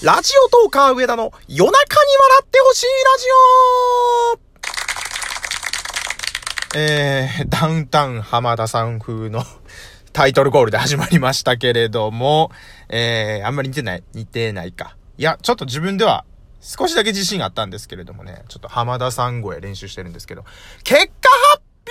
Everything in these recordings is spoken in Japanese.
ラジオトーカー上田の夜中に笑ってほしいラジオ。ダウンタウン浜田さん風のタイトルコールで始まりましたけれども、あんまり似てないか。いや、ちょっと自分では少しだけ自信があったんですけれどもね、ちょっと浜田さん声練習してるんですけど、結果発表。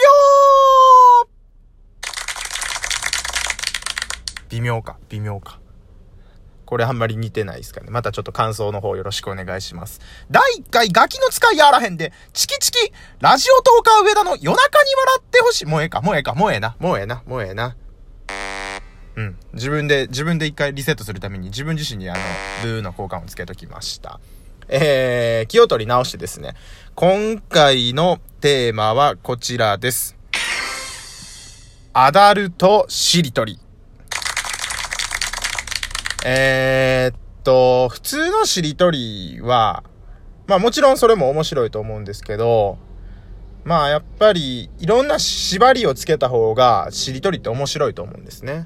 微妙か。これあんまり似てないですかね。またちょっと感想の方よろしくお願いします。第1回ガキの使いやあらへんで、チキチキ、ラジオトーカー上田の夜中に笑ってほしい。もうええな。うん。自分で一回リセットするために自分自身にブーの交換をつけときました。気を取り直してですね。今回のテーマはこちらです。アダルトしりとり。普通のしりとりは、まあもちろんそれも面白いと思うんですけど、まあやっぱりいろんな縛りをつけた方がしりとりって面白いと思うんですね。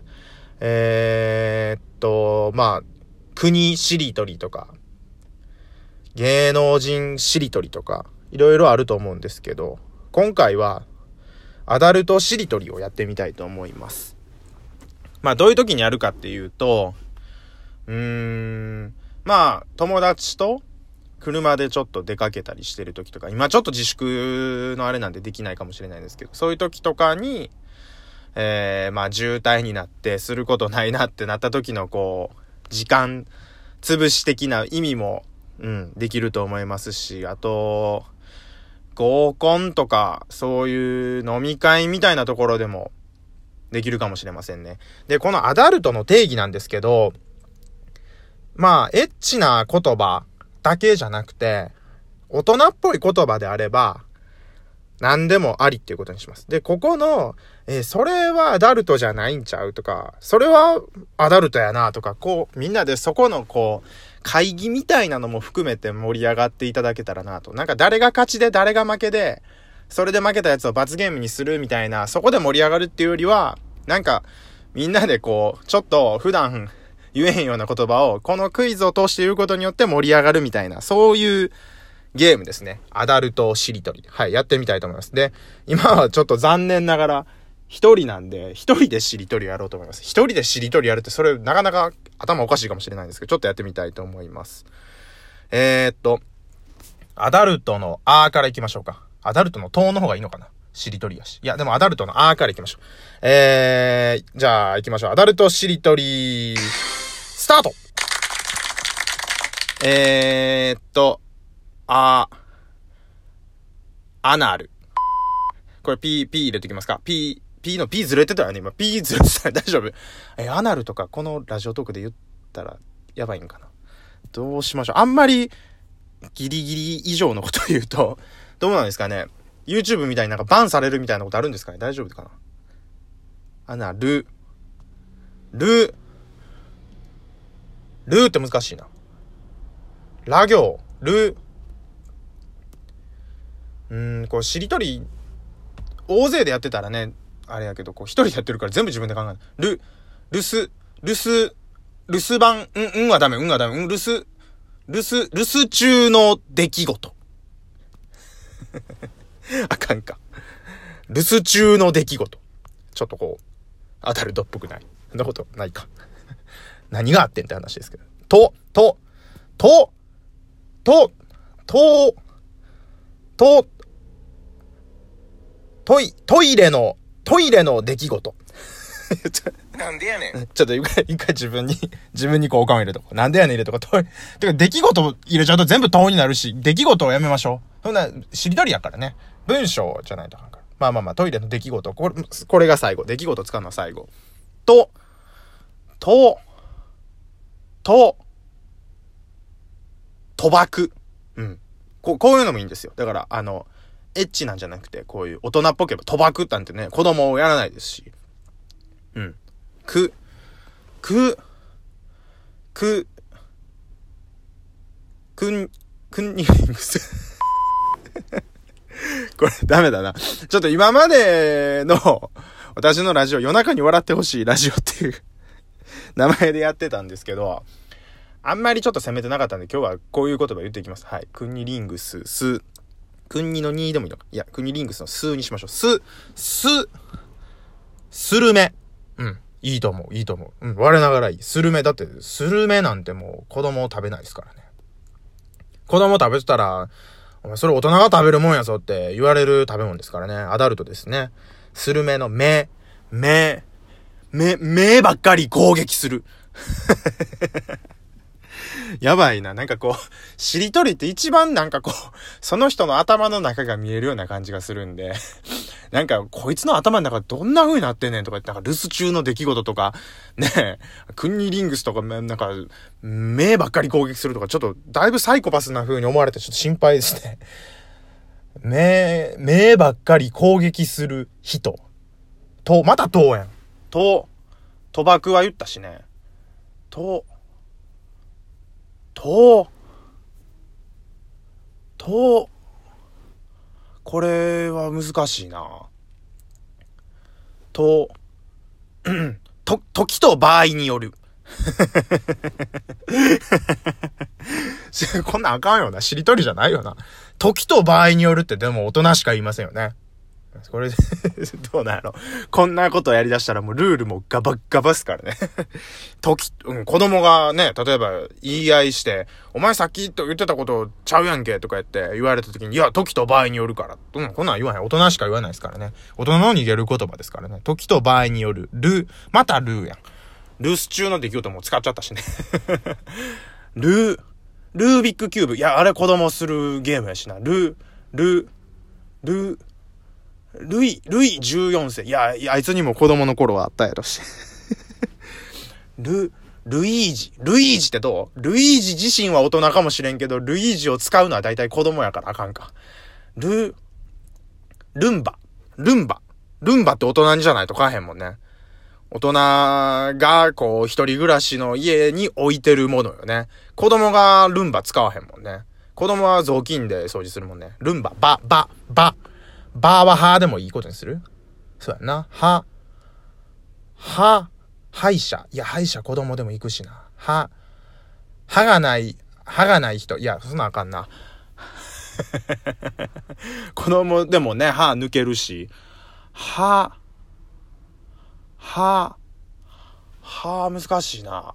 まあ、国しりとりとか、芸能人しりとりとか、いろいろあると思うんですけど、今回はアダルトしりとりをやってみたいと思います。まあどういう時にやるかっていうと、まあ、友達と車でちょっと出かけたりしてる時とか、今ちょっと自粛のあれなんでできないかもしれないんですけど、そういう時とかに、まあ渋滞になってすることないなってなった時のこう、時間潰し的な意味も、できると思いますし、あと、合コンとか、そういう飲み会みたいなところでもできるかもしれませんね。で、このアダルトの定義なんですけど、まあ、エッチな言葉だけじゃなくて、大人っぽい言葉であれば、何でもありっていうことにします。で、ここの、それはアダルトじゃないんちゃうとか、それはアダルトやなとか、こう、みんなでそこのこう、会議みたいなのも含めて盛り上がっていただけたらなと。なんか誰が勝ちで誰が負けで、それで負けたやつを罰ゲームにするみたいな、そこで盛り上がるっていうよりは、なんか、みんなでこう、ちょっと普段、言えへんような言葉をこのクイズを通して言うことによって盛り上がるみたいな、そういうゲームですね。アダルトしりとり。はい、やってみたいと思います。で、今はちょっと残念ながら一人なんで、一人でしりとりやろうと思います。一人でしりとりやるってそれなかなか頭おかしいかもしれないんですけど、ちょっとやってみたいと思います。アダルトのあーからいきましょうか。アダルトのトーンの方がいいのかな。しりとりやし。いや、でもアダルトのあーからいきましょう。じゃあ行きましょう。アダルトしりとり、スタート。アナル。これ P 入れときますか。P の P ずれてたよね、今。P ずれてたら大丈夫。アナルとかこのラジオトークで言ったらやばいんかな。どうしましょう。あんまりギリギリ以上のこと言うと、どうなんですかね。YouTube みたいになんかバンされるみたいなことあるんですかね。大丈夫かな。アナルって難しいな。ラ行、こうしりとり大勢でやってたらね、あれやけど、こう一人でやってるから全部自分で考える。留守番、はダメ、留守中の出来事。あかんか。留守中の出来事。ちょっとこう、アダルトっぽくない。そんなことないか。何があってんって話ですけど。トイレの出来事。 なんでやねん。 ちょっと一回自分にこうおかん入れとこう。なんでやねん入れとこう。てか出来事入れちゃうと全部トになるし、出来事をやめましょう。そんな、しりとりやからね。文章じゃないとあかんから。まあ、トイレの出来事。これが最後。出来事使うのは最後。賭博。こういうのもいいんですよ。だから、エッチなんじゃなくて、こういう大人っぽければ賭博なんてね、子供をやらないですし。クンニングス。これダメだな。ちょっと今までの私のラジオ、夜中に笑ってほしいラジオっていう名前でやってたんですけど、 あんまりちょっと攻めてなかったんで、今日はこういう言葉言っていきます。はい。クニリングス、ス。クニの2でもいいのか。いや、クニリングスのスにしましょう。スルメ。うん。いいと思う。うん。我ながらいい。スルメ。だって、スルメなんてもう子供食べないですからね。子供食べてたら、お前それ大人が食べるもんやぞって言われる食べ物ですからね。アダルトですね。スルメの目ばっかり攻撃する。やばいな。なんかこう、しりとりって一番なんかこう、その人の頭の中が見えるような感じがするんで、なんかこいつの頭の中どんな風になってんねんとか言って、なんか留守中の出来事とか、ねクンニリングスとか、なんか、目ばっかり攻撃するとか、ちょっとだいぶサイコパスな風に思われてちょっと心配ですね。目ばっかり攻撃する人。またやん。賭博は言ったしね。これは難しいな。時と場合による。こんなんあかんよな。しりとりじゃないよな。時と場合によるってでも大人しか言いませんよね。これ、どうなんやろ。こんなことやりだしたらもうルールもガバッガバっすからね。子供がね、例えば言い合いして、お前さっきと言ってたことちゃうやんけとか言って言われた時に、いや、時と場合によるから。こんなん言わへん。大人しか言わないですからね。大人の逃げる言葉ですからね。時と場合による。またルーやん。ルース中の出来事も使っちゃったしね。ルービックキューブ。いや、あれ子供するゲームやしな。ルイ14世。いや、あいつにも子供の頃はあったやろし。ルイージってどう？ルイージ自身は大人かもしれんけど、ルイージを使うのは大体子供やからあかんか。ルンバって大人にじゃないと買えへんもんね。大人がこう一人暮らしの家に置いてるものよね。子供がルンバ使わへんもんね。子供は雑巾で掃除するもんね。ルンバ、バは歯でもいいことにする？そうやな。歯医者。いや、歯医者子供でも行くしな。歯がない人。いや、そんなんあかんな。子供でもね、歯抜けるし。難しいな。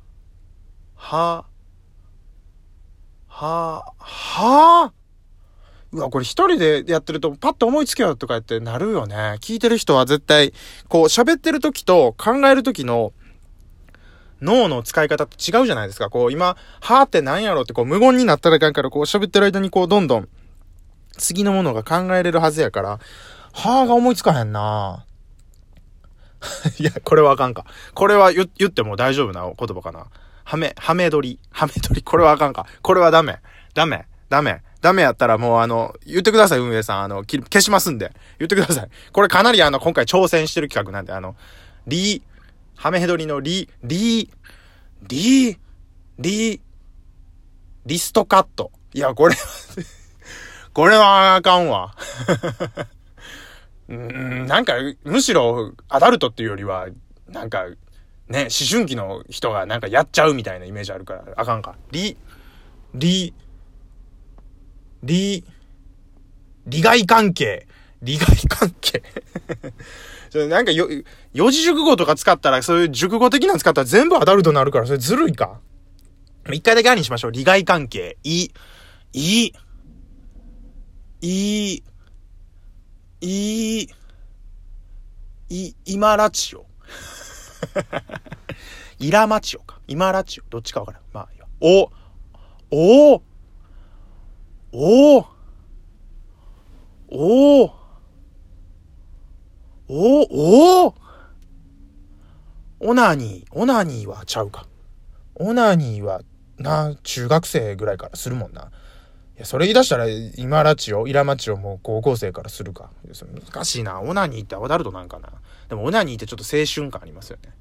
うわ、これ一人でやってるとパッと思いつけよとか言ってなるよね。聞いてる人は絶対、こう喋ってる時と考える時の脳の使い方って違うじゃないですか。こう今、って何やろってこう無言になったらいかんから、こう喋ってる間にこうどんどん次のものが考えれるはずやから、が思いつかへんな。いや、これはあかんか。これは言っても大丈夫な言葉かな。ハメ取り。これはあかんか。これはダメやったらもう言ってください、運営さん。消しますんで。言ってください。これかなり今回挑戦してる企画なんで、ハメ取りのリストカット。いや、これはあかんわ。なんか、むしろアダルトっていうよりは、なんか、ね、思春期の人がなんかやっちゃうみたいなイメージあるから、あかんか。利害関係。なんか四字熟語とか使ったら、そういう熟語的なの使ったら全部アダルトになるから、それずるいか。一回だけありにしましょう。利害関係。今ラチオ。イラマチオか。今ラチオ。どっちかわからん。まあいいわ。オナニーはちゃうか。オナニーは中学生ぐらいからするもんな。いや、それ言い出したら、イラマチオも高校生からするか。難しいな。オナニーってアダルトなんかな。でもオナニーってちょっと青春感ありますよね。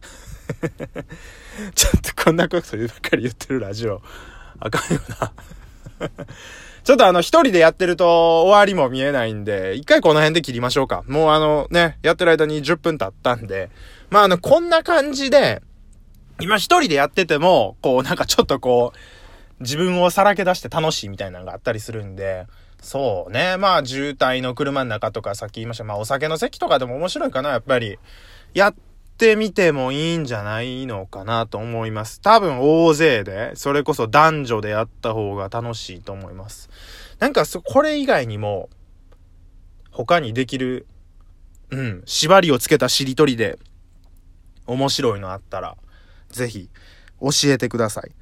ちょっとこんなことばっかり言ってるラジオ、あかんよな。ちょっと一人でやってると終わりも見えないんで、一回この辺で切りましょうか。もうやってる間に10分経ったんで、こんな感じで、 今一人でやってても、こうなんかちょっとこう、自分をさらけ出して楽しいみたいなのがあったりするんで、そうね。まあ渋滞の車の中とかさっき言いました。まあお酒の席とかでも面白いかな、やっぱり。やってみてもいいんじゃないのかなと思います。多分大勢で、それこそ男女でやった方が楽しいと思います。なんかこれ以外にも、他にできる、縛りをつけたしりとりで、面白いのあったら、ぜひ、教えてください。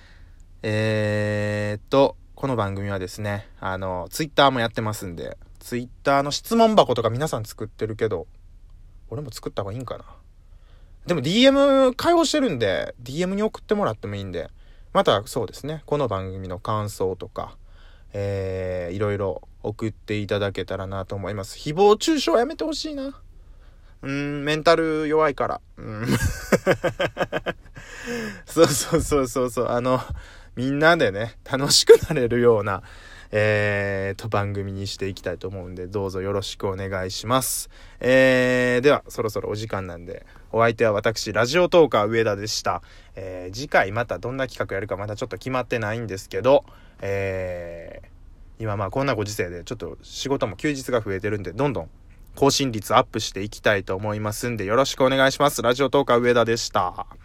この番組はですね、ツイッターもやってますんで、ツイッターの質問箱とか皆さん作ってるけど、俺も作った方がいいんかな。でも DM 開放してるんで、DM に送ってもらってもいいんで、またそうですね、この番組の感想とか、いろいろ送っていただけたらなと思います。誹謗中傷やめてほしいな。メンタル弱いから。そう。みんなでね、楽しくなれるような、番組にしていきたいと思うんで、どうぞよろしくお願いします。では、そろそろお時間なんで、お相手は私、ラジオトーカー上田でした。次回またどんな企画やるかまだちょっと決まってないんですけど、今まあこんなご時世でちょっと仕事も休日が増えてるんで、どんどん更新率アップしていきたいと思いますんで、よろしくお願いします。ラジオトーカー上田でした。